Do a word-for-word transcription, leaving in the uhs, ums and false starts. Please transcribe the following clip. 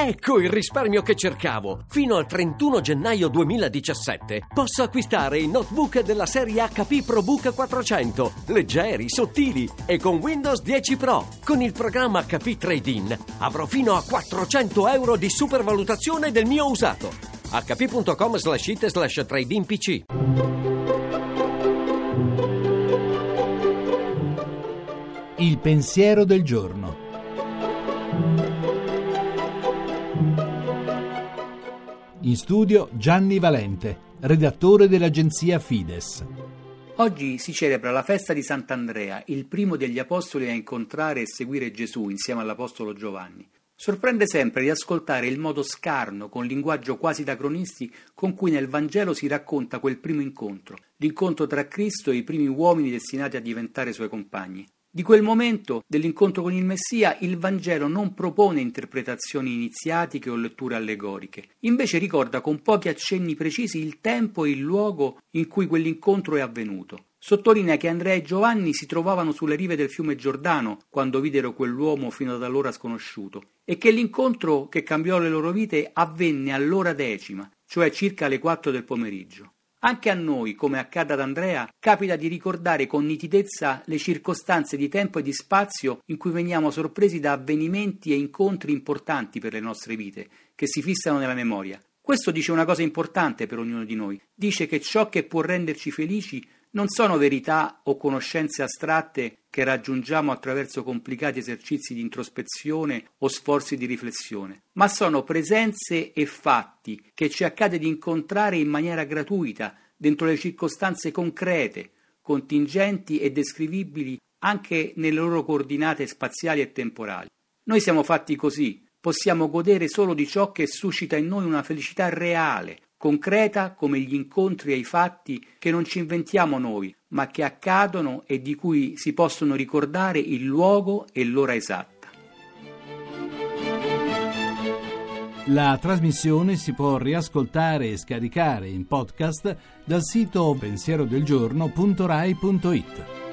Ecco il risparmio che cercavo! Fino al trentuno gennaio duemiladiciassette posso acquistare i notebook della serie acca pi ProBook quattrocento, leggeri, sottili e con Windows dieci Pro. Con il programma acca pi Trade-in avrò fino a quattrocento euro di supervalutazione del mio usato. acca pi punto com slash it slash trade in pc. Il pensiero del giorno. In studio Gianni Valente, redattore dell'agenzia Fides. Oggi si celebra la festa di Sant'Andrea, il primo degli apostoli a incontrare e seguire Gesù insieme all'apostolo Giovanni. Sorprende sempre di ascoltare il modo scarno, con linguaggio quasi da cronisti, con cui nel Vangelo si racconta quel primo incontro, l'incontro tra Cristo e i primi uomini destinati a diventare suoi compagni. Di quel momento, dell'incontro con il Messia, il Vangelo non propone interpretazioni iniziatiche o letture allegoriche, invece ricorda con pochi accenni precisi il tempo e il luogo in cui quell'incontro è avvenuto. Sottolinea che Andrea e Giovanni si trovavano sulle rive del fiume Giordano quando videro quell'uomo fino ad allora sconosciuto e che l'incontro che cambiò le loro vite avvenne all'ora decima, cioè circa alle quattro del pomeriggio. Anche a noi, come accade ad Andrea, capita di ricordare con nitidezza le circostanze di tempo e di spazio in cui veniamo sorpresi da avvenimenti e incontri importanti per le nostre vite, che si fissano nella memoria. Questo dice una cosa importante per ognuno di noi. Dice che ciò che può renderci felici non sono verità o conoscenze astratte che raggiungiamo attraverso complicati esercizi di introspezione o sforzi di riflessione, ma sono presenze e fatti che ci accade di incontrare in maniera gratuita, dentro le circostanze concrete, contingenti e descrivibili anche nelle loro coordinate spaziali e temporali. Noi siamo fatti così, possiamo godere solo di ciò che suscita in noi una felicità reale, concreta come gli incontri e i fatti che non ci inventiamo noi, ma che accadono e di cui si possono ricordare il luogo e l'ora esatta. La trasmissione si può riascoltare e scaricare in podcast dal sito pensierodelgiorno punto rai punto it.